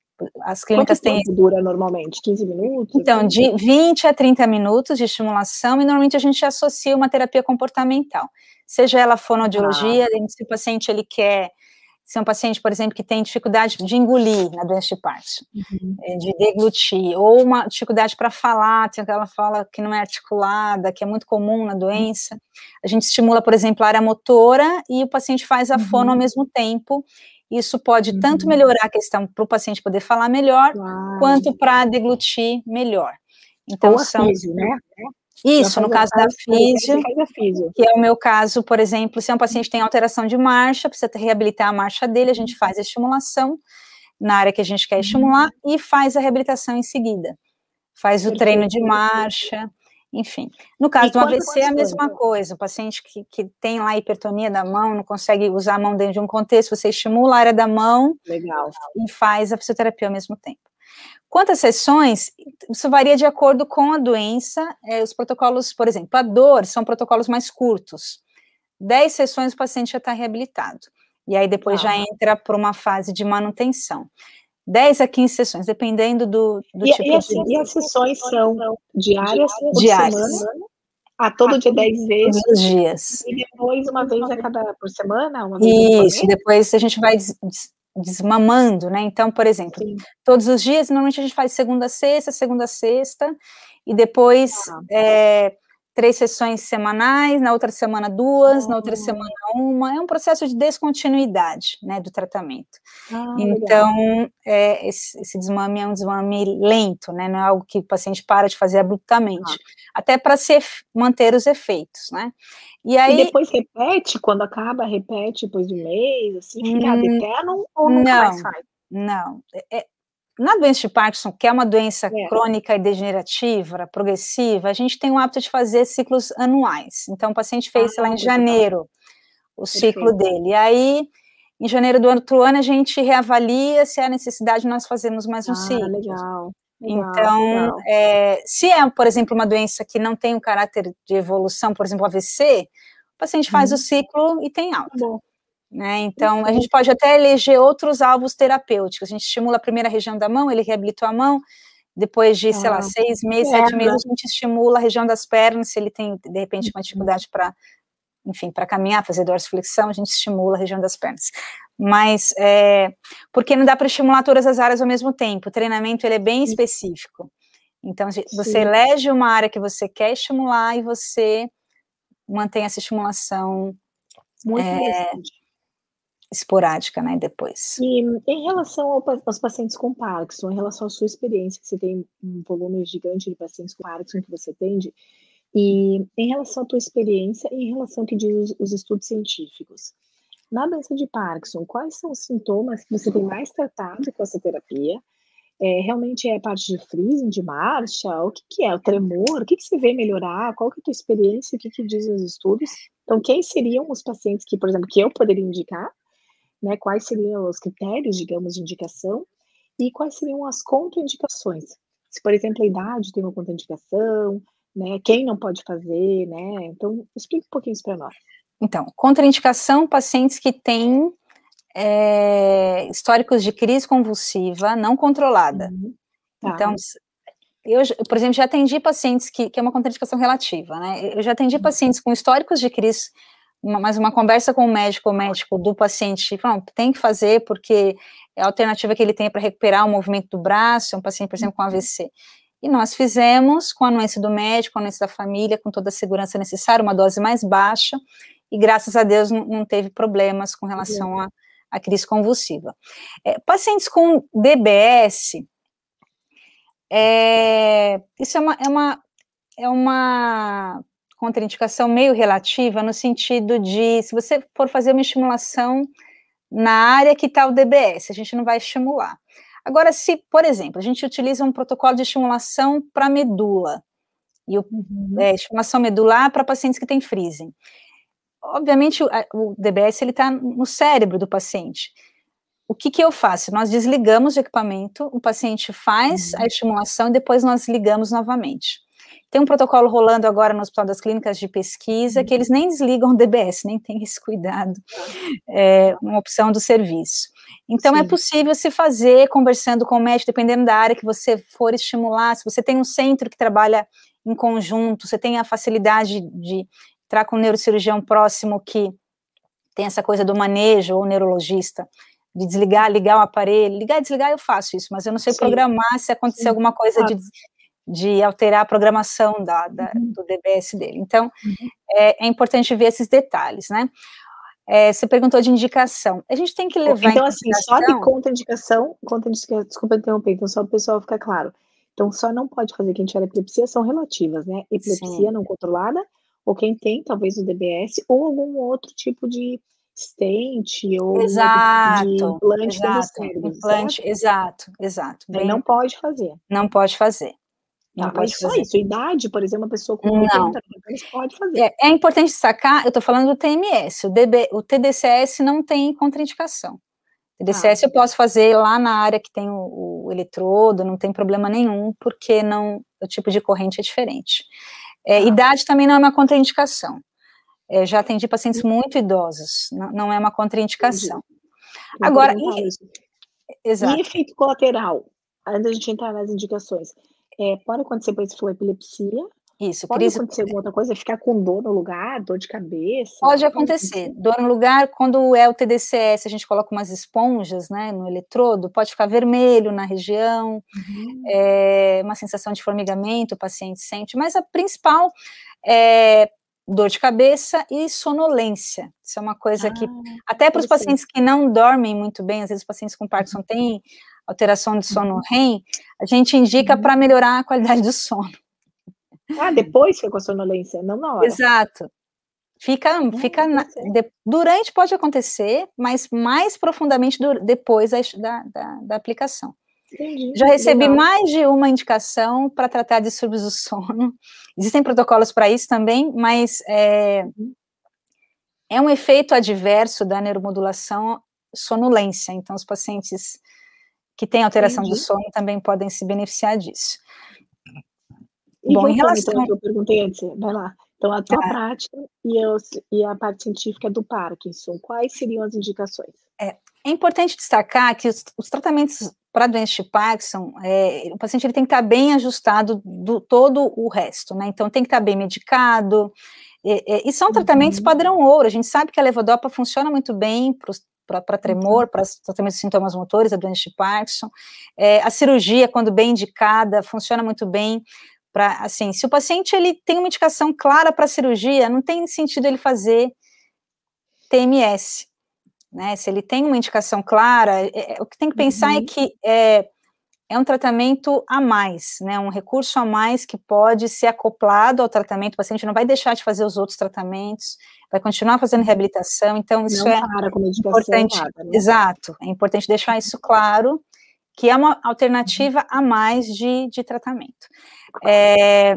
as
Quanto
clínicas têm
tempo dura normalmente? quinze minutos,
então,
assim?
de vinte a trinta minutos de estimulação e normalmente a gente associa uma terapia comportamental, seja ela
Tá.
fonoaudiologia, se o paciente ele quer se é um paciente, por exemplo, que tem dificuldade de engolir na doença de Parkinson,
Uhum.
eh, de deglutir, ou uma dificuldade para falar, tem aquela fala que não é articulada, que é muito comum na
Uhum.
doença, a gente estimula, por exemplo, a área motora e o paciente faz a fono ao
Uhum.
mesmo tempo, isso pode tanto
Uhum.
melhorar a questão para o paciente poder falar melhor,
Claro.
quanto para deglutir melhor. Então
Ou a
são
fisio, né. Já
isso, no
faz a
caso da
pós
fisio,
faz a fisio.
que é o meu caso, por exemplo, se é um paciente que tem alteração de marcha, precisa reabilitar a marcha dele, a gente
Uhum.
faz a estimulação, na área que a gente quer
Uhum.
estimular, e faz a reabilitação em seguida. Faz o treino de
Perfeito.
marcha, enfim. No caso
E
do
quantas
A V C é a
sessões?
mesma coisa, o paciente que que tem lá hipertonia da mão, não consegue usar a mão dentro de um contexto, você estimula a área da mão
Legal.
e faz a fisioterapia ao mesmo tempo. Quantas sessões? Isso varia de acordo com a doença, eh, os protocolos, por exemplo, a dor são protocolos mais curtos, dez sessões o paciente já está reabilitado, e aí depois
Tá.
já entra para uma fase de manutenção. dez a quinze sessões, dependendo do do
E e
tipo de
assim, e as sessões são diárias por
diárias.
semana? Ah, todo dia dez
Todos
vezes,
os dias.
e depois uma vez a cada por semana, uma vez por
Isso,
mês?
depois a gente vai des des desmamando, né, então, por exemplo,
Sim.
todos os dias, normalmente a gente faz segunda a sexta, segunda a sexta, e depois,
Tá.
eh, três sessões semanais, na outra semana duas, na outra
Ah.
semana uma, é um processo de descontinuidade, né, do tratamento.
Ah, legal.
Então, eh, esse esse desmame é um desmame lento, né, não é algo que o paciente para de fazer
Tá.
abruptamente, até para se ef manter os efeitos, né. E
E
aí
depois repete, quando acaba, repete depois de um mês, assim, fica ad
Hum,
eternum ou nunca mais
não,
faz?
não, eh eh, na doença de Parkinson, que é uma doença
É.
crônica e degenerativa, progressiva, a gente tem o hábito de fazer ciclos anuais, então o paciente
Ah,
fez, sei lá, em
legal.
janeiro, o ciclo
Perfeito.
dele, e aí, em janeiro do outro ano, a gente reavalia se há necessidade nós fazermos mais um
Ah,
ciclo.
legal, legal,
Então,
legal.
eh, se é, por exemplo, uma doença que não tem um caráter de evolução, por exemplo, o A V C, o paciente faz o
Uhum.
ciclo e tem
Tá
alta,
bom.
né, então a gente
Perfeito.
pode até eleger outros alvos terapêuticos, a gente estimula a primeira região da mão, ele reabilitou a mão, depois de, sei lá,
Ah,
seis meses, sete
perna.
meses, a gente estimula a região das pernas, se ele tem, de repente, uma
Uhum.
dificuldade para, enfim, para caminhar, fazer dorsiflexão, a gente estimula a região das pernas. Mas, eh, porque não dá para estimular todas as áreas ao mesmo tempo, o treinamento ele é bem
Sim.
específico. Então, você
Sim.
elege uma área que você quer estimular e você mantém essa estimulação,
Muito
eh,
interessante.
esporádica, né, depois.
E, em relação ao pa aos pacientes com Parkinson, em relação à sua experiência, que você tem um volume gigante de pacientes com Parkinson que você atende, e em relação à tua experiência e em relação ao que diz os os estudos científicos, na doença de Parkinson, quais são os sintomas que você tem mais tratado com essa terapia? Eh, realmente é a parte de freezing de marcha, o que que é? O tremor? O que que você vê melhorar? Qual que é a tua experiência? O que que dizem os estudos? Então, quem seriam os pacientes que, por exemplo, que eu poderia indicar, né, quais seriam os critérios, digamos, de indicação? e quais seriam as contraindicações? Se, por exemplo, a idade tem uma contraindicação, né, quem não pode fazer, né, então explica um pouquinho isso para nós.
Então, contraindicação, pacientes que têm é, históricos de crise convulsiva não controlada.
Uhum. Tá.
Então, eu, por exemplo, já atendi pacientes que, que é uma contraindicação relativa, né? Eu já atendi uhum. pacientes com históricos de crise, uma, mas uma conversa com o médico, o médico do paciente, não, tem que fazer porque é a alternativa que ele tem para recuperar o movimento do braço, é um paciente, por exemplo, com A V C. E nós fizemos com a anuência do médico, com a anuência da família, com toda a segurança necessária, uma dose mais baixa, e graças a Deus não, não teve problemas com relação à, à crise convulsiva. É, pacientes com D B S, é, isso é uma, é, uma, é uma contraindicação meio relativa, no sentido de, se você for fazer uma estimulação na área que está o D B S, a gente não vai estimular. Agora, se, por exemplo, a gente utiliza um protocolo de estimulação para medula, e o, uhum. é, estimulação medular para pacientes que têm freezing, obviamente o, o D B S está no cérebro do paciente. O que que eu faço? Nós desligamos o equipamento, o paciente faz uhum. a estimulação e depois nós ligamos novamente. Tem um protocolo rolando agora no Hospital das Clínicas de pesquisa, uhum. que eles nem desligam o D B S, nem tem esse cuidado, é uma opção do serviço. Então, Sim. é possível se fazer, conversando com o médico, dependendo da área que você for estimular, se você tem um centro que trabalha em conjunto, você tem a facilidade de entrar com um neurocirurgião próximo que tem essa coisa do manejo, ou neurologista, de desligar, ligar o aparelho, ligar e desligar eu faço isso, mas eu não sei Sim. programar se acontecer Sim. alguma coisa ah. de, de alterar a programação da, da, uhum. do D B S dele. Então, uhum. é, é importante ver esses detalhes, né? É, você perguntou de indicação. A gente tem que levar
Então, em assim, só de contraindicação, contraindicação, desculpa interromper, então só para o pessoal ficar claro. Então, só não pode fazer quem tiver epilepsia, são relativas, né? Epilepsia Sim. não controlada, ou quem tem, talvez, o D B S, ou algum outro tipo de stent, ou
exato,
de implante
exato,
dentro do cérebro,
implante,
certo?
exato, exato.
Bem, não pode fazer.
Não pode fazer.
Não
tá,
pode mas fazer. Só isso, idade, por exemplo, uma pessoa com oitenta anos pode fazer.
É, é importante destacar, eu estou falando do T M S, o, D B, o T D C S não tem contraindicação. T D C S ah. eu posso fazer lá na área que tem o, o eletrodo, não tem problema nenhum, porque não, o tipo de corrente é diferente. É, ah. Idade também não é uma contraindicação. É, já atendi pacientes muito idosos, não, não é uma contraindicação. Agora, e,
exato. E efeito colateral, antes da gente entrar nas indicações, é, pode acontecer, por exemplo, epilepsia,
Isso,
pode
crise...
acontecer alguma outra coisa, ficar com dor no lugar, dor de cabeça?
Pode acontecer, dor no lugar, quando é o T D C S, a gente coloca umas esponjas, né, no eletrodo, pode ficar vermelho na região, uhum. é, uma sensação de formigamento, o paciente sente, mas a principal é dor de cabeça e sonolência, isso é uma coisa ah, que, até para os pacientes que não dormem muito bem, às vezes os pacientes com Parkinson têm alteração de sono R E M, a gente indica uhum. para melhorar a qualidade do sono.
Ah, depois fica com a sonolência, não na hora.
Exato. Fica, ah, fica na, de, durante pode acontecer, mas mais profundamente do, depois da, da, da aplicação. Entendi, já recebi legal. mais de uma indicação para tratar distúrbios do sono. Existem protocolos para isso também, mas é, é um efeito adverso da neuromodulação sonolência. Então, os pacientes que têm alteração Entendi. do sono também podem se beneficiar disso.
E bom, em relação ao que eu perguntei antes, vai lá. Então, a tua ah. prática e, eu, e a parte científica do Parkinson, quais seriam as indicações?
É, é importante destacar que os, os tratamentos para doença de Parkinson, é, o paciente ele tem que estar bem ajustado do todo o resto, né? Então, tem que estar bem medicado, é, é, e são tratamentos uhum. padrão ouro. A gente sabe que a levodopa funciona muito bem para tremor, uhum. para tratamento de sintomas motores, a doença de Parkinson. É, a cirurgia, quando bem indicada, funciona muito bem. Pra, assim, se o paciente ele tem uma indicação clara para cirurgia, não tem sentido ele fazer T M S, né? Se ele tem uma indicação clara, é, é, o que tem que pensar uhum. é que é, é um tratamento a mais, né? Um recurso a mais que pode ser acoplado ao tratamento. O paciente não vai deixar de fazer os outros tratamentos, vai continuar fazendo reabilitação. Então isso
não
é
para com medicação
importante.
Nada, né?
Exato, é importante deixar isso claro, que é uma alternativa a mais de, de tratamento. É,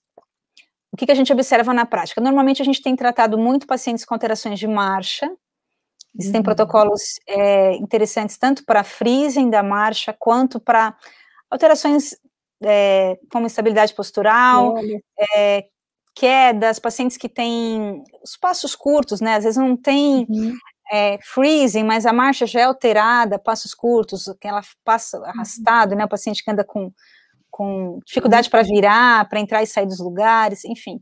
o que, que a gente observa na prática? Normalmente a gente tem tratado muito pacientes com alterações de marcha, Existem
Uhum.
protocolos é, interessantes tanto para freezing da marcha, quanto para alterações é, como estabilidade postural, é, quedas, pacientes que têm os passos curtos, né, às vezes não tem
Uhum.
é, freezing, mas a marcha já é alterada, passos curtos, que ela passa arrastado, né, o paciente que anda com, com dificuldade para virar, para entrar e sair dos lugares, enfim.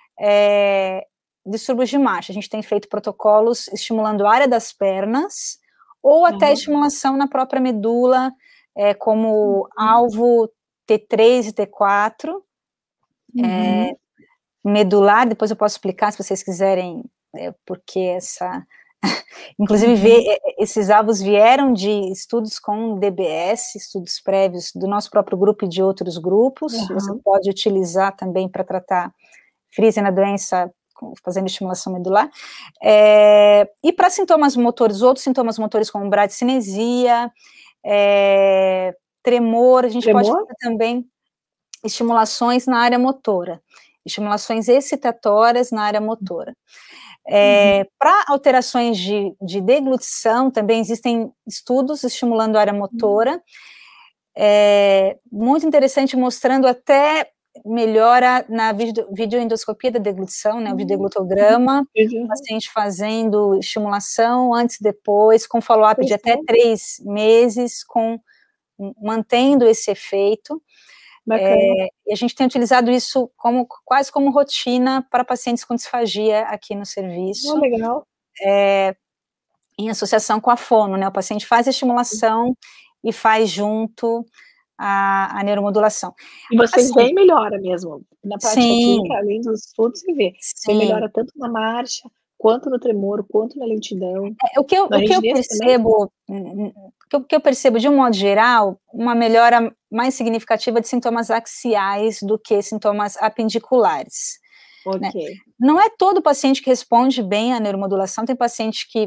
É, distúrbios de marcha, a gente tem feito protocolos estimulando a área das pernas, ou até
Uhum.
estimulação na própria medula, é, como
Uhum.
alvo T três e T quatro,
Uhum.
é, medular, depois eu posso explicar se vocês quiserem, é, porque essa... Inclusive,
Uhum.
ver, esses alvos vieram de estudos com D B S, estudos prévios do nosso próprio grupo e de outros grupos,
Uhum.
você pode utilizar também para tratar freezing na doença, fazendo estimulação medular, é, e para sintomas motores, outros sintomas motores como bradicinesia, é, tremor, a gente
Tremor?
pode fazer também estimulações na área motora, estimulações excitatórias na área motora. É, uhum. Para alterações de, de deglutição, também existem estudos estimulando a área motora, é, muito interessante, mostrando até melhora na video, videoendoscopia da deglutição, né, o videoglutograma,
uhum.
o paciente fazendo estimulação antes e depois, com follow-up de até três meses, com, mantendo esse efeito. É, e a gente tem utilizado isso como, quase como rotina para pacientes com disfagia aqui no serviço.
Oh, legal.
É, em associação com a fono, né, o paciente faz a estimulação e faz junto a, a neuromodulação.
E vocês
assim,
veem melhora mesmo, na prática
sim,
clínica, além dos estudos, você vê, você
sim.
melhora tanto na marcha, quanto no tremor, quanto na lentidão,
É, o que eu,
na
o que eu
rigidez também?
percebo, o que eu percebo de um modo geral, uma melhora mais significativa de sintomas axiais do que sintomas apendiculares.
Ok.
Né? Não é todo paciente que responde bem à neuromodulação, tem paciente que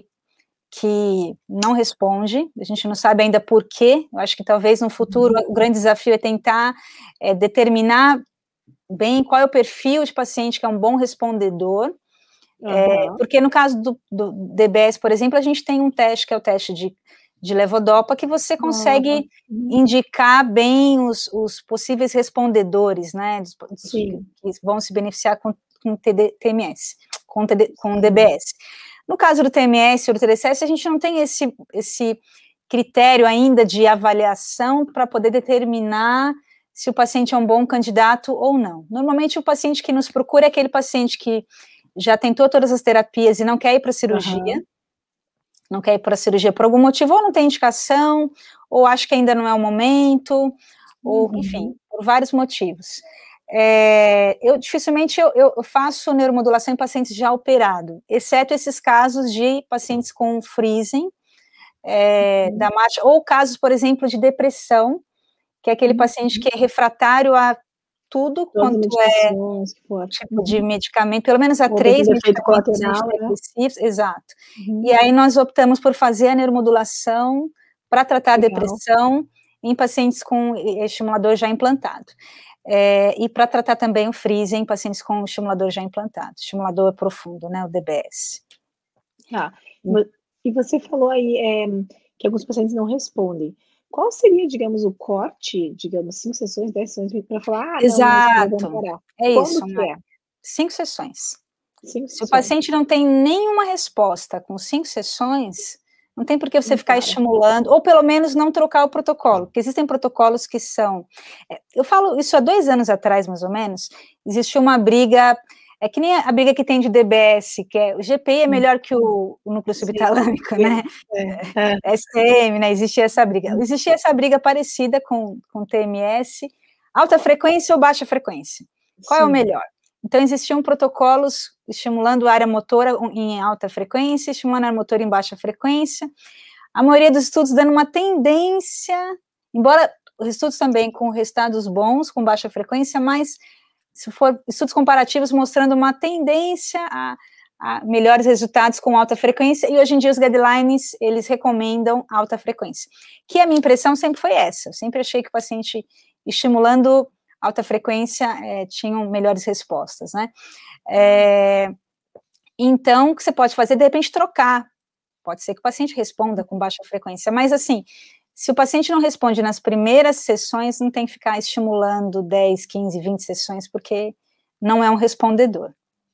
que não responde, a gente não sabe ainda por quê, eu acho que talvez no futuro uhum. o grande desafio é tentar é, determinar bem qual é o perfil de paciente que é um bom respondedor, uhum. é, porque no caso do, do D B S, por exemplo, a gente tem um teste que é o teste de, de levodopa, que você consegue uhum. indicar bem os, os possíveis respondedores, né, dos, dos, que vão se beneficiar com, com T M S, com, T D, com D B S. No caso do T M S ou do T D C S, a gente não tem esse, esse critério ainda de avaliação para poder determinar se o paciente é um bom candidato ou não. Normalmente, o paciente que nos procura é aquele paciente que já tentou todas as terapias e não quer ir para a cirurgia, uhum. não quer ir para a cirurgia por algum motivo, ou não tem indicação, ou acha que ainda não é o momento, uhum. ou, enfim, por vários motivos. É, eu dificilmente eu, eu faço neuromodulação em pacientes já operados, exceto esses casos de pacientes com freezing é, uhum. da marcha, ou casos, por exemplo, de depressão, que é aquele uhum. paciente que é refratário a tudo
Todas
quanto é tipo uhum. de medicamento, pelo menos a ou três medicamentos antidepressivos, é. Exato. Uhum. E aí nós optamos por fazer a neuromodulação para tratar a depressão em pacientes com estimulador já implantado. É, e para tratar também o freezing em pacientes com estimulador já implantado, estimulador profundo, né, o D B S.
Ah, e você falou aí é, que alguns pacientes não respondem. Qual seria, digamos, o corte, digamos, cinco sessões, dez sessões, para falar, ah,
Exato,
não, não, vamos parar.
é
Quando
isso,
que é?
Cinco sessões.
Cinco
Se
sessões.
o paciente não tem nenhuma resposta com cinco sessões, não tem por que você
não
ficar
para.
estimulando, ou pelo menos não trocar o protocolo, porque existem protocolos que são... Eu falo isso há dois anos atrás, mais ou menos, existiu uma briga, é que nem a briga que tem de D B S, que é o G P I é melhor que o, o núcleo subtalâmico, sim, né? É, é. S T M, né? Existia essa briga. Existia essa briga parecida com, com T M S, alta frequência ou baixa frequência? Qual sim. é o melhor? Então, existiam protocolos estimulando a área motora em alta frequência, estimulando a área motora em baixa frequência. A maioria dos estudos dando uma tendência, embora os estudos também com resultados bons, com baixa frequência, mas se for estudos comparativos mostrando uma tendência a, a melhores resultados com alta frequência, e hoje em dia os guidelines, eles recomendam alta frequência. Que a minha impressão sempre foi essa, eu sempre achei que o paciente estimulando alta frequência é, tinham melhores respostas, né? É, então, o que você pode fazer, de repente, trocar pode ser que o paciente responda com baixa frequência, mas assim, se o paciente não responde nas primeiras sessões, não tem que ficar estimulando dez, quinze, vinte sessões, porque não é um respondedor.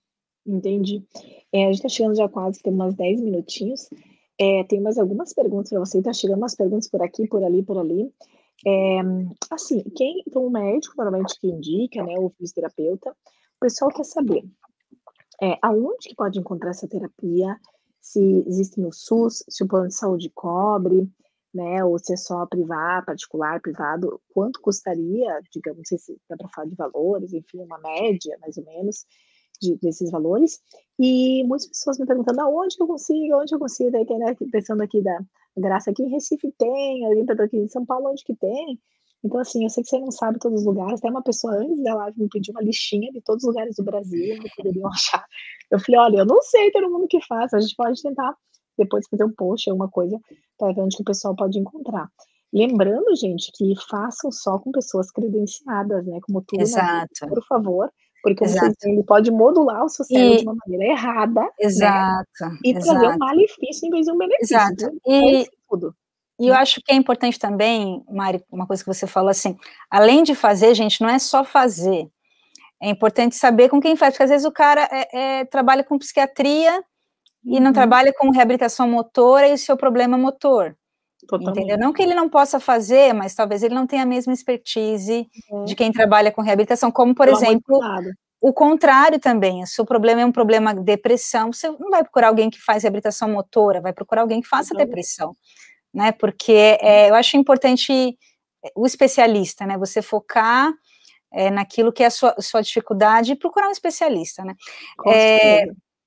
Entendi. É, a gente está chegando já quase, tem umas dez minutinhos. É, tem mais algumas perguntas para você, está chegando umas perguntas por aqui, por ali, por ali. É, assim, quem, então o médico normalmente que indica, né, o fisioterapeuta, o pessoal quer saber é, aonde que pode encontrar essa terapia, se existe no SUS, se o plano de saúde cobre, né, ou se é só privado, particular, privado, quanto custaria, digamos, não sei se dá para falar de valores, enfim, uma média, mais ou menos, de, desses valores, e muitas pessoas me perguntando aonde eu consigo, onde eu consigo, daí tem, né, pensando aqui da Graça, aqui em Recife tem, alguém perguntou aqui em São Paulo, onde que tem? Então, assim, eu sei que você não sabe todos os lugares, até uma pessoa antes da live me pediu uma listinha de todos os lugares do Brasil, onde poderiam achar. Eu falei, olha, eu não sei todo mundo que faz, a gente pode tentar depois fazer um post, alguma coisa, para ver onde que o pessoal pode encontrar. Lembrando, gente, que façam só com pessoas credenciadas, né, como tudo na vida, por favor, porque como vocês veem, ele pode modular o seu cérebro e... de uma maneira errada,
exato,
né, e
exato.
trazer um malefício em vez de um benefício.
Exato.
Então,
e,
tudo.
E eu acho que é importante também, Mari, uma coisa que você falou assim, além de fazer, gente, não é só fazer, é importante saber com quem faz, porque às vezes o cara é, é, trabalha com psiquiatria e não
uhum.
trabalha com reabilitação motora e o seu problema é motor. Totalmente. Entendeu? Não que ele não possa fazer, mas talvez ele não tenha a mesma expertise é. de quem trabalha com reabilitação, como, por Pelo exemplo, o contrário também, se o problema é um problema de depressão, você não vai procurar alguém que faz reabilitação motora, vai procurar alguém que faça Totalmente. depressão, né, porque é, eu acho importante o especialista, né, você focar é, naquilo que é a sua, sua dificuldade e procurar um especialista, né. É,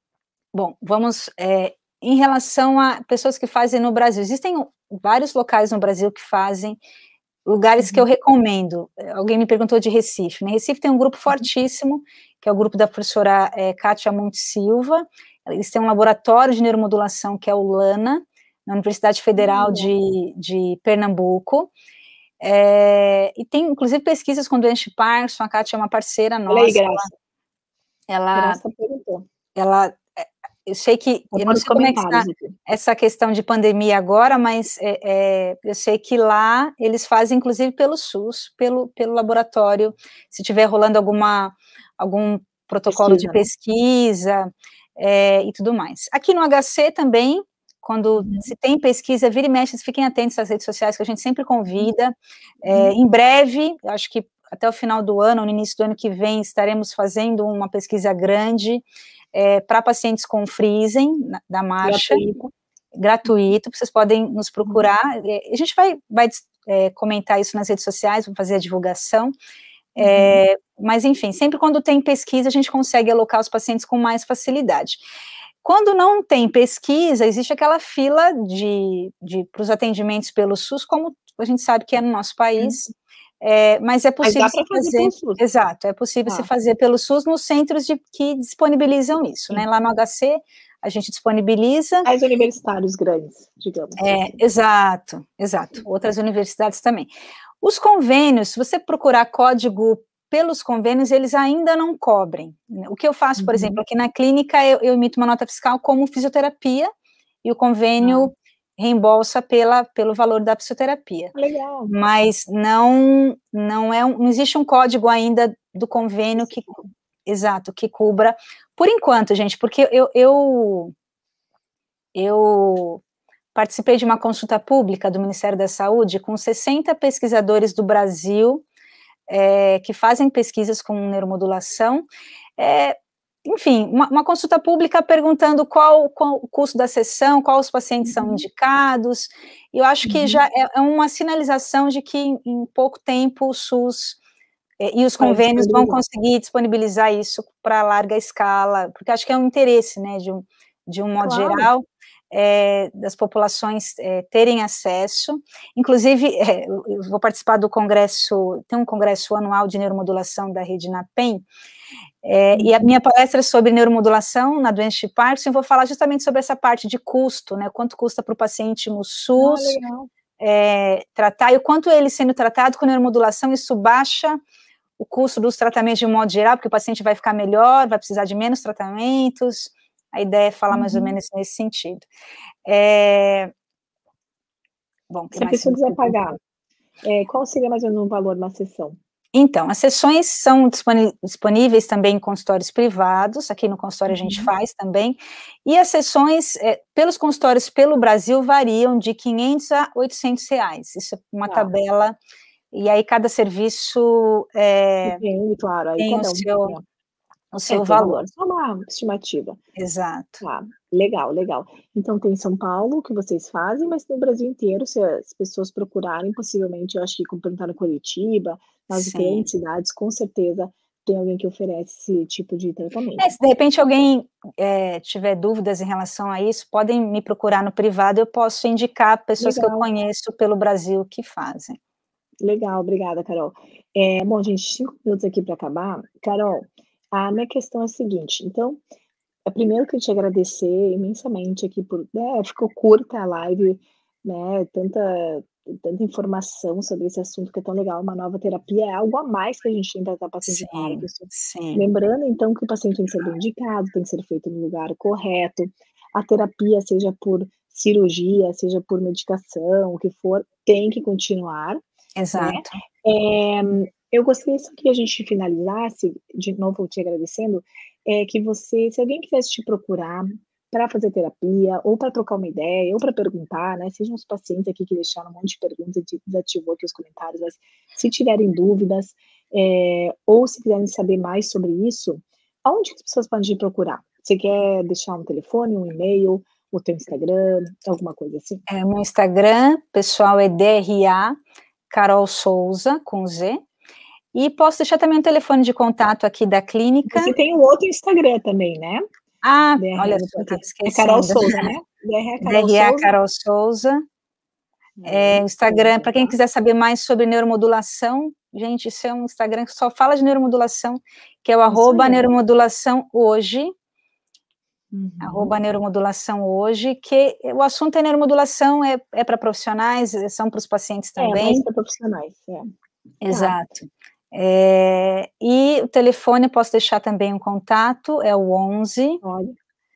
bom, vamos, é, em relação a pessoas que fazem no Brasil, existem vários locais no Brasil que fazem, lugares uhum. que eu recomendo. Alguém me perguntou de Recife, né? Recife tem um grupo fortíssimo, que é o grupo da professora é, Kátia Monte Silva, eles têm um laboratório de neuromodulação, que é o LANA, na Universidade Federal uhum. de, de Pernambuco, é, e tem, inclusive, pesquisas com doente de Parkinson, a Kátia é uma parceira nossa.
Olha aí, Graça.
Ela,
Graça perguntou.
Ela, eu sei que, eu não sei como é que está essa questão de pandemia agora, mas é, é, eu sei que lá eles fazem, inclusive, pelo SUS, pelo, pelo laboratório, se tiver rolando alguma, algum protocolo pesquisa, de pesquisa, né? é, e tudo mais. Aqui no H C também, quando uhum. se tem pesquisa, vira e mexe, fiquem atentos às redes sociais, que a gente sempre convida. Uhum. É, em breve, eu acho que até o final do ano, no início do ano que vem, estaremos fazendo uma pesquisa grande é, para pacientes com Freezing, na, da marcha, gratuito, gratuito, vocês podem nos procurar, uhum. a gente vai, vai é, comentar isso nas redes sociais, vamos fazer a divulgação, é, uhum. mas enfim, sempre quando tem pesquisa, a gente consegue alocar os pacientes com mais facilidade. Quando não tem pesquisa, existe aquela fila de, de, para os atendimentos pelo SUS, como a gente sabe que é no nosso país, uhum. É, mas é possível mas dá se fazer, fazer SUS. Exato, é possível ah. se fazer pelo SUS nos centros de, que disponibilizam isso, Sim. né, lá no H C a gente disponibiliza.
As universitários grandes, digamos.
É,
assim.
Exato, exato, outras universidades também. Os convênios, se você procurar código pelos convênios, eles ainda não cobrem. O que eu faço, por uhum. exemplo, aqui na clínica, eu, eu emito uma nota fiscal como fisioterapia, e o convênio... Ah. reembolsa pela, pelo valor da fisioterapia.
Legal.
Mas não, não, é um, não existe um código ainda do convênio que, exato, que cubra, por enquanto, gente, porque eu, eu, eu participei de uma consulta pública do Ministério da Saúde com sessenta pesquisadores do Brasil, é, que fazem pesquisas com neuromodulação, é, enfim, uma, uma consulta pública perguntando qual, qual o custo da sessão, qual os pacientes uhum. são indicados, e eu acho que uhum. já é, é uma sinalização de que em, em pouco tempo o SUS é, e os convênios vão conseguir disponibilizar isso para larga escala, porque acho que é um interesse, né, de um, de um modo claro. geral, é, das populações é, terem acesso, inclusive, é, eu vou participar do congresso, tem um congresso anual de neuromodulação da Rede NAPEM, É, uhum. e a minha palestra é sobre neuromodulação na doença de Parkinson, eu vou falar justamente sobre essa parte de custo, né, quanto custa para o paciente no SUS, ah, é, tratar, e o quanto ele sendo tratado com neuromodulação, isso baixa o custo dos tratamentos de um modo geral, porque o paciente vai ficar melhor, vai precisar de menos tratamentos, a ideia é falar uhum. mais ou menos nesse sentido. É...
Bom, se a pessoa quiser pagar, é, qual seria mais ou menos o valor na sessão?
Então, as sessões são disponíveis também em consultórios privados, aqui no consultório uhum. a gente faz também, e as sessões é, pelos consultórios pelo Brasil variam de quinhentos a oitocentos reais, isso é uma ah. tabela, e aí cada serviço é,
Depende, claro, aí
tem
cada
o
um
seu,
tem.
o seu
é,
valor.
valor. Só uma estimativa.
Exato.
Ah, legal, legal. Então tem São Paulo que vocês fazem, mas no Brasil inteiro, se as pessoas procurarem, possivelmente, eu acho que complementar no Curitiba, nas Sim. grandes cidades, com certeza tem alguém que oferece esse tipo de tratamento.
É, se de repente alguém é, tiver dúvidas em relação a isso, podem me procurar no privado, eu posso indicar pessoas legal. que eu conheço pelo Brasil que fazem.
Legal, obrigada, Carol. É, bom, gente, cinco minutos aqui para acabar. Carol, a minha questão é a seguinte, então, é primeiro que eu te agradecer imensamente aqui por, né, ficou curta a live, né, tanta, tanta informação sobre esse assunto que é tão legal, uma nova terapia é algo a mais que a gente tem para tratar paciente de Parkinson.
Sim.
Lembrando, então, que o paciente tem que ser bem indicado, tem que ser feito no lugar correto, a terapia, seja por cirurgia, seja por medicação, o que for, tem que continuar.
Exato.
Né? É, eu gostaria só que a gente finalizasse, de novo te agradecendo, é, que você, se alguém quisesse te procurar para fazer terapia, ou para trocar uma ideia, ou para perguntar, né? Sejam os pacientes aqui que deixaram um monte de perguntas e desativou aqui os comentários, mas se tiverem dúvidas, é, ou se quiserem saber mais sobre isso, aonde as pessoas podem te procurar? Você quer deixar um telefone, um e-mail, o teu Instagram, alguma coisa assim?
É, meu Instagram, pessoal, é D R A Carol Souza, com Z, e posso deixar também um telefone de contato aqui da clínica.
Você tem um outro Instagram também, né?
Ah,
D R,
olha, eu estava esquecendo.
É Carol Souza, né? D R A Carol
D R A
Souza.
Carol Souza. É, o Instagram, para quem quiser saber mais sobre neuromodulação, gente, isso é um Instagram que só fala de neuromodulação, que é o arroba neuromodulação hoje, uhum. arroba neuromodulação hoje, que o assunto é neuromodulação, é, é para profissionais, são para os pacientes também.
É, mais para profissionais, é.
Exato. Tá. É, e o telefone, posso deixar também um contato, é o onze.
Olha.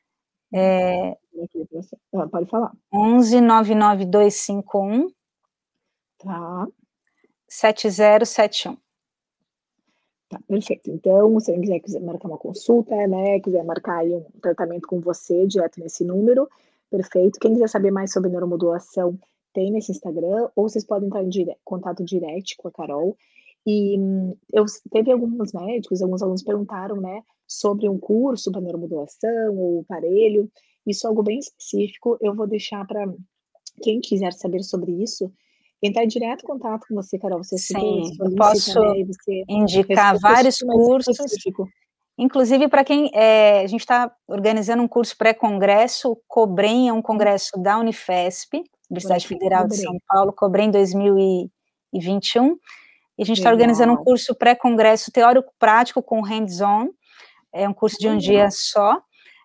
É,
ah, pode falar.
onze nove nove dois cinco um.
Tá.
sete zero sete um.
Tá, perfeito. Então, se alguém quiser, quiser marcar uma consulta, né, quiser marcar aí um tratamento com você, direto nesse número, perfeito. Quem quiser saber mais sobre neuromodulação, tem nesse Instagram, ou vocês podem entrar em dire contato direto com a Carol. E eu teve alguns médicos, alguns alunos perguntaram, né, sobre um curso para neuromodulação ou aparelho. Isso é algo bem específico. Eu vou deixar para quem quiser saber sobre isso, entrar direto em contato com você, Carol. Você
Sim,
super
eu posso
né, você
indicar vários cursos. Inclusive, para quem, é, a gente está organizando um curso pré-congresso, o COBREM é um congresso da Unifesp, Universidade Federal de São Paulo, COBREM dois mil e vinte e um, e a gente está organizando um curso pré-congresso teórico-prático com hands-on, é um curso de um dia só,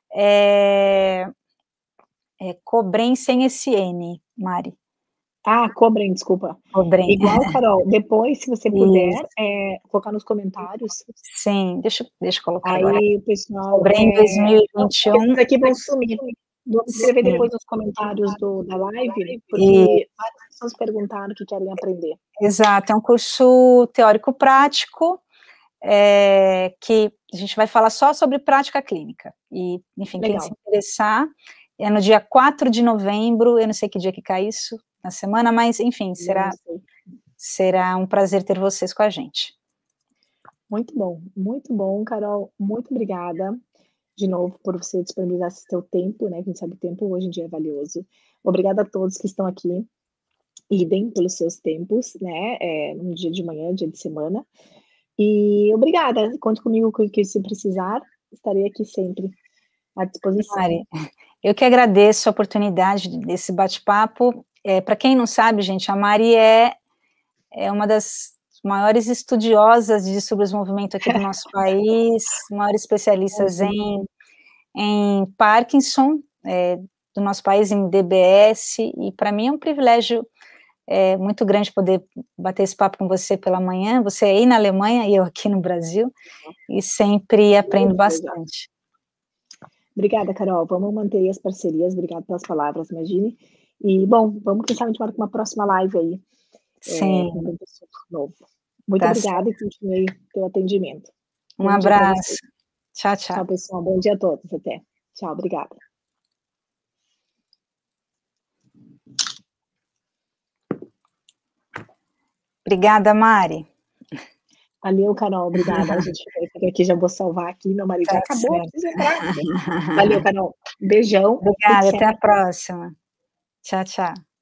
é, é COBREM sem esse N, Mari.
Ah, Cobrem, desculpa.
Cobrem.
Igual, Carol, depois, se você puder, é, colocar nos comentários.
Sim, deixa, deixa eu colocar
aí
agora.
Aí o pessoal...
Cobrem
é,
dois mil e vinte e um.
Esses aqui vão sumir. Vamos escrever
Sim.
depois nos comentários do, da live, porque várias pessoas perguntaram que querem aprender.
Exato, é um curso teórico-prático, é, que a gente vai falar só sobre prática clínica. E, enfim, Legal. Quem se interessar, é no dia quatro de novembro, eu não sei que dia que cai isso, na semana, mas, enfim, será, será um prazer ter vocês com a gente.
Muito bom, muito bom, Carol, muito obrigada, de novo, por você disponibilizar esse seu tempo, né, que a gente sabe que o tempo hoje em dia é valioso. Obrigada a todos que estão aqui, idem pelos seus tempos, né, é, um dia de manhã, dia de semana, e obrigada, conte comigo com o que se precisar, estarei aqui sempre à disposição.
Mari, eu que agradeço a oportunidade desse bate-papo. É, para quem não sabe, gente, a Mari é, é uma das maiores estudiosas de distúrbios do movimento aqui do nosso país, maiores especialistas em, em Parkinson, é, do nosso país, em D B S, e para mim é um privilégio é, muito grande poder bater esse papo com você pela manhã, você aí na Alemanha e eu aqui no Brasil, e sempre aprendo bastante.
Obrigada, Carol. Vamos manter as parcerias. Obrigada pelas palavras, imagine. E, bom, vamos, quem sabe, a gente marca uma próxima live aí, é, com
Sim.
um professor novo. Muito
Tá
obrigada
certo.
e continue teu atendimento.
Um
Bom dia para você.
abraço. Tchau, tchau.
Tchau, pessoal. Bom dia a todos. Até. Tchau, obrigada.
Obrigada, Mari.
Valeu, Carol. Obrigada. A gente fica aqui, já vou salvar aqui. Meu marido já
Tá
acabou,
certo.
preciso entrar. Valeu, Carol. Beijão.
Obrigada, até a próxima. Tchau, tchau.